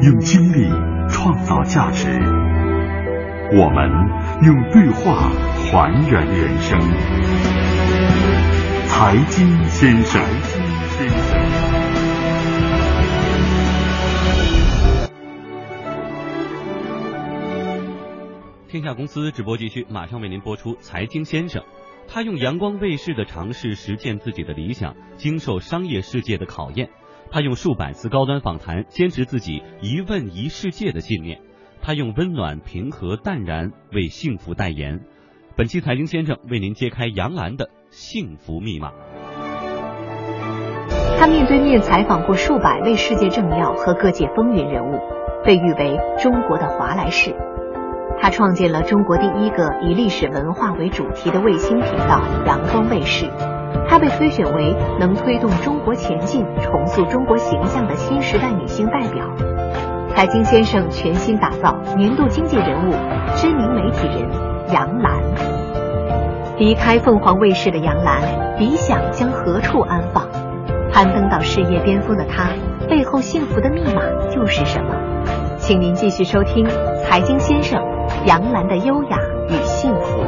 用经历创造价值，我们用对话还原人生。财经先生， 天下公司直播继续，马上为您播出财经先生。他用阳光卫视的尝试实践自己的理想，经受商业世界的考验。他用数百次高端访谈坚持自己一问一世界的信念。他用温暖、平和、淡然为幸福代言。本期财经先生为您揭开杨澜的幸福密码。 他面对面采访过数百位世界政要和各界风云人物，被誉为中国的华莱士。他创建了中国第一个以历史文化为主题的卫星频道阳光卫视。她被推选为能推动中国前进、重塑中国形象的新时代女性代表。财经先生全新打造年度经济人物、知名媒体人杨澜。离开凤凰卫视的杨澜，理想将何处安放？攀登到事业巅峰的她，背后幸福的密码又是什么？请您继续收听财经先生杨澜的优雅与幸福。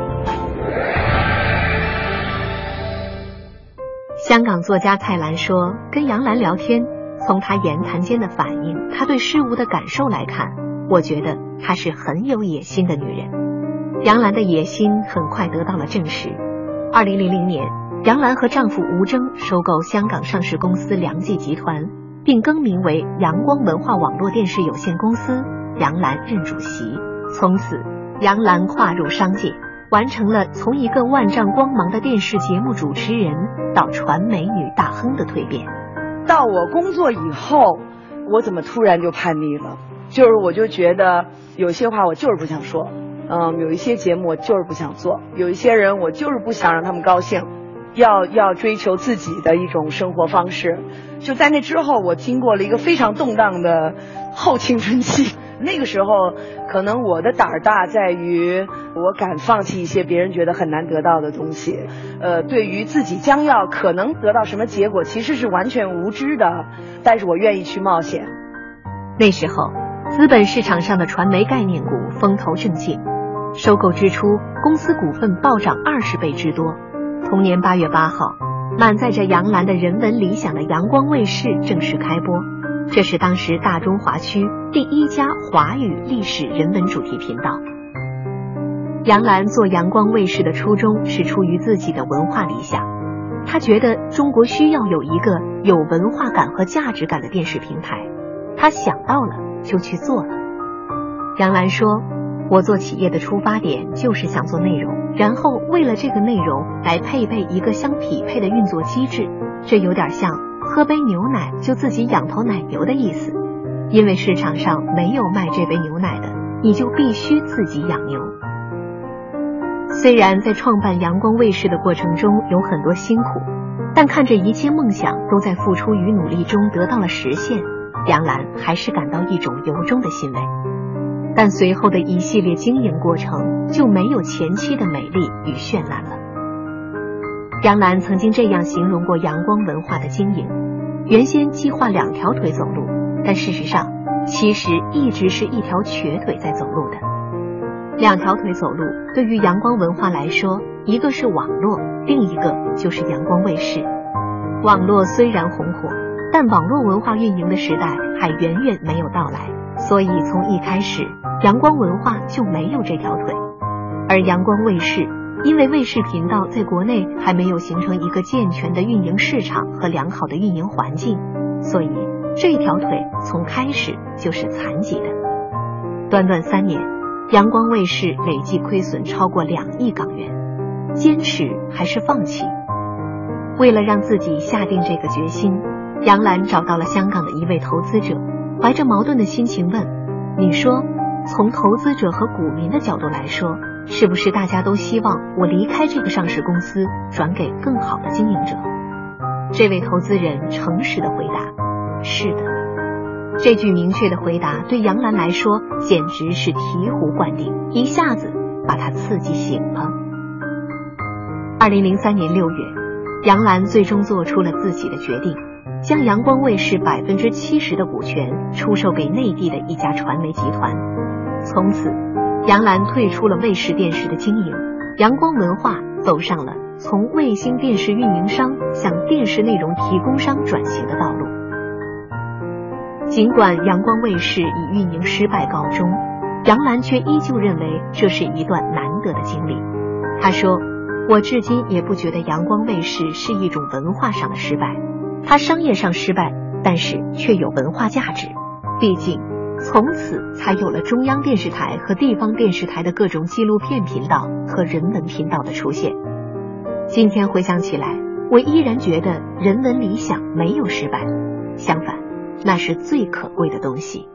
香港作家蔡澜说，跟杨澜聊天，从她言谈间的反应，她对事物的感受来看，我觉得她是很有野心的女人。杨澜的野心很快得到了证实。2000年，杨澜和丈夫吴峥收购香港上市公司良记集团，并更名为阳光文化网络电视有限公司，杨澜任主席。从此，杨澜跨入商界，完成了从一个万丈光芒的电视节目主持人到传媒女大亨的蜕变。 到我工作以后，我怎么突然就叛逆了？我就觉得有些话我就是不想说，有一些节目我就是不想做，有一些人我就是不想让他们高兴，要追求自己的一种生活方式。就在那之后，我经过了一个非常动荡的后青春期。那个时候可能我的胆儿大在于我敢放弃一些别人觉得很难得到的东西，对于自己将要可能得到什么结果其实是完全无知的，但是我愿意去冒险。 那时候资本市场上的传媒概念股风头正劲，收购之初公司股份暴涨20倍之多。同年8月8号，满载着杨澜的人文理想的阳光卫视正式开播，这是当时大中华区第一家华语历史人文主题频道。杨澜做阳光卫视的初衷是出于自己的文化理想，她觉得中国需要有一个有文化感和价值感的电视平台，她想到了就去做了。杨澜说，我做企业的出发点就是想做内容，然后为了这个内容来配备一个相匹配的运作机制，这有点像喝杯牛奶就自己养头奶牛的意思，因为市场上没有卖这杯牛奶的，你就必须自己养牛。虽然在创办阳光卫视的过程中有很多辛苦，但看着一切梦想都在付出与努力中得到了实现，杨澜还是感到一种由衷的欣慰。但随后的一系列经营过程就没有前期的美丽与绚烂了。杨澜曾经这样形容过阳光文化的经营，原先计划2条腿走路，但事实上其实一直是1条瘸腿在走路的。2条腿走路对于阳光文化来说，一个是网络，另一个就是阳光卫视。网络虽然红火，但网络文化运营的时代还远远没有到来，所以从一开始阳光文化就没有这条腿。而阳光卫视因为卫视频道在国内还没有形成一个健全的运营市场和良好的运营环境，所以这条腿从开始就是残疾的。短短3年，阳光卫视累计亏损超过2亿港元，坚持还是放弃？为了让自己下定这个决心，杨澜找到了香港的一位投资者，怀着矛盾的心情问，你说从投资者和股民的角度来说，是不是大家都希望我离开这个上市公司，转给更好的经营者？这位投资人诚实的回答，是的。这句明确的回答对杨澜来说简直是醍醐灌顶，一下子把她刺激醒了。2003年6月，杨澜最终做出了自己的决定， 将阳光卫视70%的股权出售给内地的一家传媒集团。从此，杨澜退出了卫视电视的经营，阳光文化走上了从卫星电视运营商向电视内容提供商转型的道路。尽管阳光卫视以运营失败告终，杨澜却依旧认为这是一段难得的经历。她说，我至今也不觉得阳光卫视是一种文化上的失败，它商业上失败，但是却有文化价值。毕竟从此才有了中央电视台和地方电视台的各种纪录片频道和人文频道的出现。今天回想起来，我依然觉得人文理想没有失败，相反，那是最可贵的东西。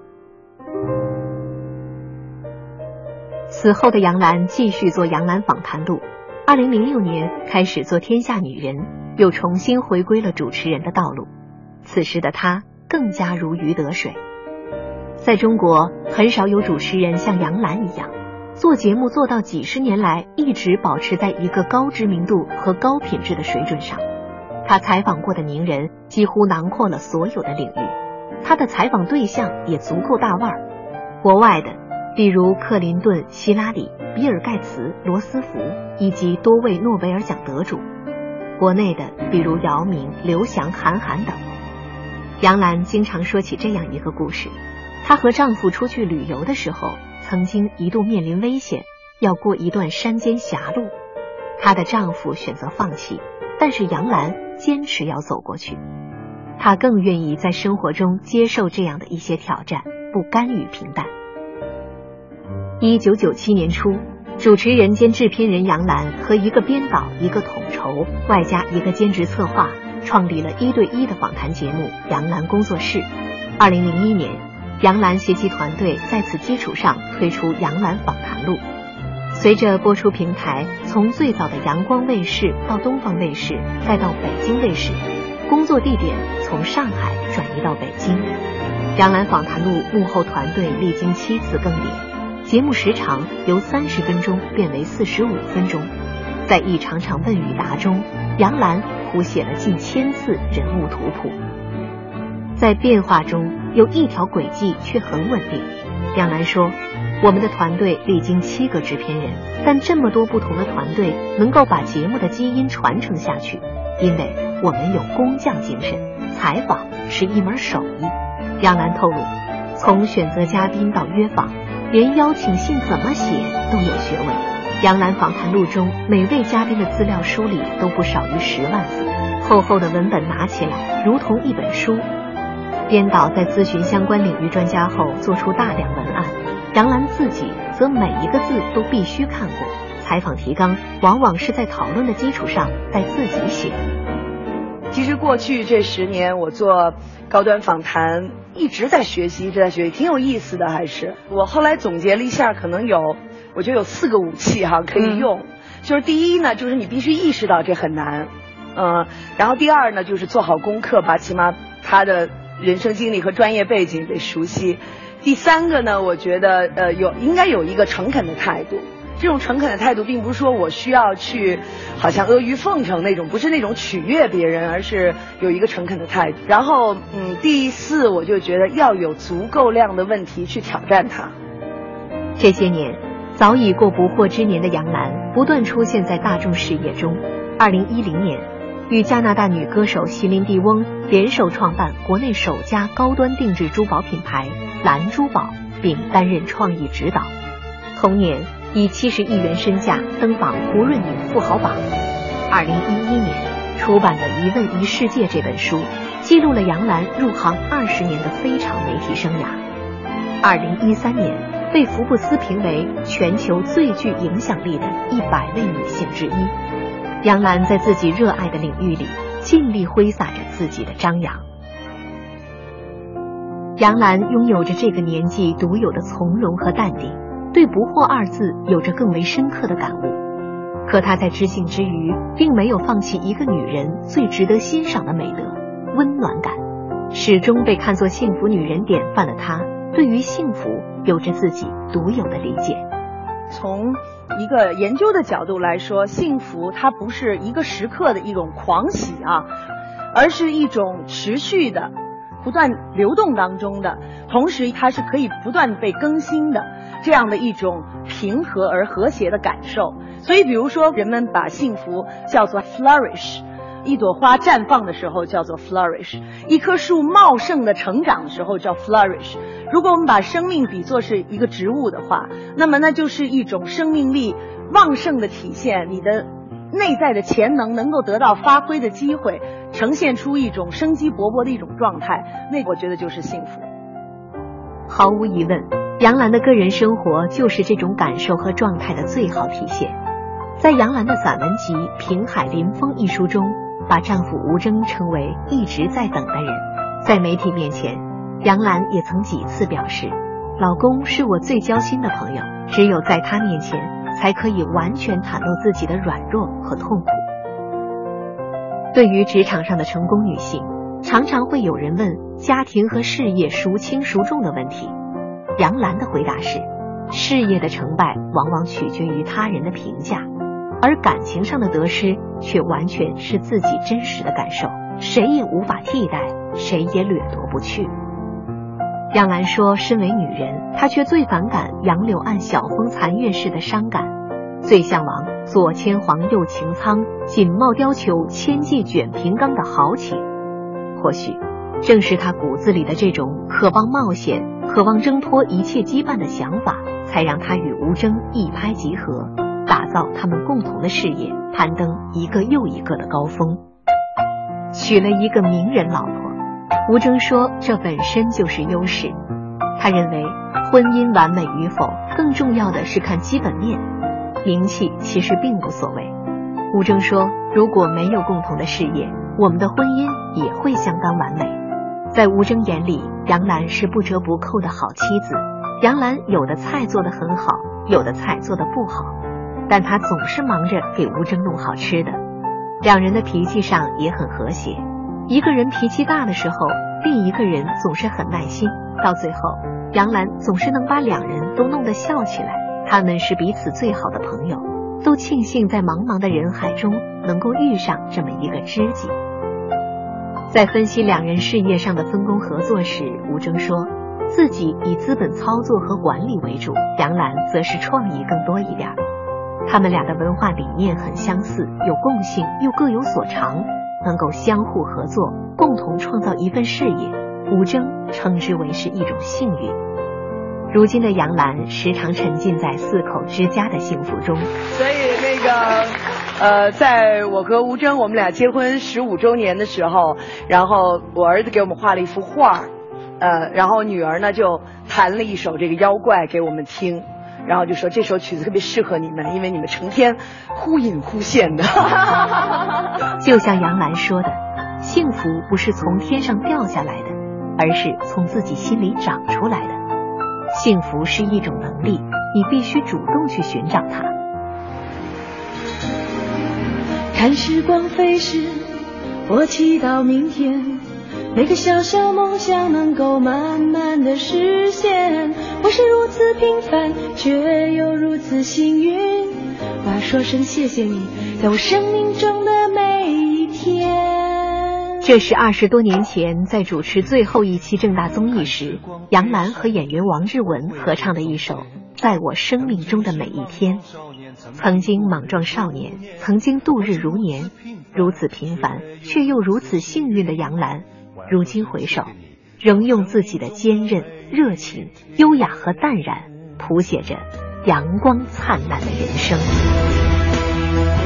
此后的杨澜继续做杨澜访谈录，2006年开始做天下女人，又重新回归了主持人的道路。此时的她更加如鱼得水。在中国，很少有主持人像杨澜一样，做节目做到几十年来一直保持在一个高知名度和高品质的水准上。她采访过的名人几乎囊括了所有的领域，她的采访对象也足够大腕儿。国外的比如克林顿、希拉里、比尔盖茨、罗斯福以及多位诺贝尔奖得主；国内的比如姚明、刘翔、韩寒等。杨澜经常说起这样一个故事，她和丈夫出去旅游的时候，曾经一度面临危险，要过一段山间狭路。她的丈夫选择放弃，但是杨澜坚持要走过去。她更愿意在生活中接受这样的一些挑战，不甘于平淡。1997年初，主持人兼制片人杨澜和一个编导、一个统筹，外加一个兼职策划，创立了1对1的访谈节目杨澜工作室。2001年，杨澜携其团队在此基础上推出杨澜访谈录。随着播出平台从最早的阳光卫视到东方卫视，再到北京卫视，工作地点从上海转移到北京。杨澜访谈录幕后团队历经7次更迭，节目时长由30分钟变为45分钟。在一场场问与答中，杨澜谱写了近1000次人物图谱。在变化中有一条轨迹却很稳定。杨澜说，我们的团队历经7个制片人，但这么多不同的团队能够把节目的基因传承下去，因为我们有工匠精神，采访是一门手艺。杨澜透露，从选择嘉宾到约访，连邀请信怎么写都有学问。杨澜访谈录中每位嘉宾的资料梳理都不少于10万字，厚厚的文本拿起来如同一本书。编导在咨询相关领域专家后做出大量文案，杨澜自己则每一个字都必须看过，采访提纲往往是在讨论的基础上再自己写。 其实过去这10年我做高端访谈一直在学习，挺有意思的。还是我后来总结了一下，可能我觉得有4个武器可以用。就是第一呢，就是你必须意识到这很难，然后第二呢，就是做好功课，把起码他的人生经历和专业背景得熟悉。第3个呢，我觉得应该有一个诚恳的态度。这种诚恳的态度并不是说我需要去好像阿谀奉承那种，不是那种取悦别人，而是有一个诚恳的态度。然后第4，我就觉得要有足够量的问题去挑战它。 这些年早已过不惑之年的杨澜不断出现在大众视野中。2010年与加拿大女歌手席琳迪翁联手创办国内首家高端定制珠宝品牌蓝珠宝，并担任创意指导。同年以70亿元身价登榜胡润女富豪榜。2011年出版了《一问一世界》这本书，记录了杨澜入行20年的非常媒体生涯。2013年被福布斯评为全球最具影响力的100位女性之一。杨澜在自己热爱的领域里尽力挥洒着自己的张扬。杨澜拥有着这个年纪独有的从容和淡定，对不惑2字有着更为深刻的感悟。可她在知性之余并没有放弃一个女人最值得欣赏的美德——温暖感。始终被看作幸福女人典范的她，对于幸福有着自己独有的理解。 从一个研究的角度来说，幸福它不是一个时刻的一种狂喜而是一种持续的不断流动当中的，同时它是可以不断被更新的这样的一种平和而和谐的感受。所以比如说人们把幸福叫做 flourish， 一朵花绽放的时候叫做 flourish， 一棵树茂盛的成长的时候叫 flourish。 如果我们把生命比作是一个植物的话，那么那就是一种生命力旺盛的体现，你的内在的潜能能够得到发挥的机会，呈现出一种生机勃勃的一种状态，那我觉得就是幸福。 毫无疑问，杨澜的个人生活就是这种感受和状态的最好体现。在杨澜的散文集《平海临风》一书中，把丈夫吴峥称为一直在等的人。在媒体面前，杨澜也曾几次表示，老公是我最交心的朋友，只有在他面前才可以完全袒露自己的软弱和痛苦。对于职场上的成功女性，常常会有人问家庭和事业孰轻孰重的问题。杨澜的回答是，事业的成败往往取决于他人的评价，而感情上的得失却完全是自己真实的感受，谁也无法替代，谁也掠夺不去。杨澜说，身为女人，她却最反感杨柳岸晓风残月式的伤感，最向往左牵黄右擎苍，锦帽貂裘千骑卷平冈的豪情。或许正是她骨子里的这种渴望冒险、渴望挣脱一切羁绊的想法，才让她与吴峥一拍即合，打造他们共同的事业，攀登一个又一个的高峰。娶了一个名人老婆，吴峥说这本身就是优势。他认为婚姻完美与否，更重要的是看基本面，名气其实并无所谓。吴峥说，如果没有共同的事业，我们的婚姻也会相当完美。在吴峥眼里，杨澜是不折不扣的好妻子。杨澜有的菜做得很好，有的菜做得不好，但她总是忙着给吴峥弄好吃的。两人的脾气上也很和谐，一个人脾气大的时候，另一个人总是很耐心，到最后杨澜总是能把两人都弄得笑起来。他们是彼此最好的朋友，都庆幸在茫茫的人海中能够遇上这么一个知己。在分析两人事业上的分工合作时，吴峥说，自己以资本操作和管理为主，杨澜则是创意更多一点。他们俩的文化理念很相似，有共性又各有所长，能够相互合作，共同创造一份事业，吴峥称之为是一种幸运。如今的杨澜时常沉浸在四口之家的幸福中。 所以在我和吴峥我们俩结婚15周年的时候，然后我儿子给我们画了一幅画，然后女儿呢就弹了一首这个妖怪给我们听，然后就说这首曲子特别适合你们，因为你们成天忽隐忽现的。 就像杨澜说的，幸福不是从天上掉下来的，而是从自己心里长出来的。幸福是一种能力，你必须主动去寻找它。 看时光飞逝，我祈祷明天每个小小梦想能够慢慢的实现。我是如此平凡，却又如此幸运，我要说声谢谢你，在我生命中的每一天。 这是20多年前在主持最后一期正大综艺时，杨澜和演员王志文合唱的一首《在我生命中的每一天》。曾经莽撞少年，曾经度日如年，如此平凡却又如此幸运的杨澜，如今回首，仍用自己的坚韧、热情、优雅和淡然，谱写着阳光灿烂的人生。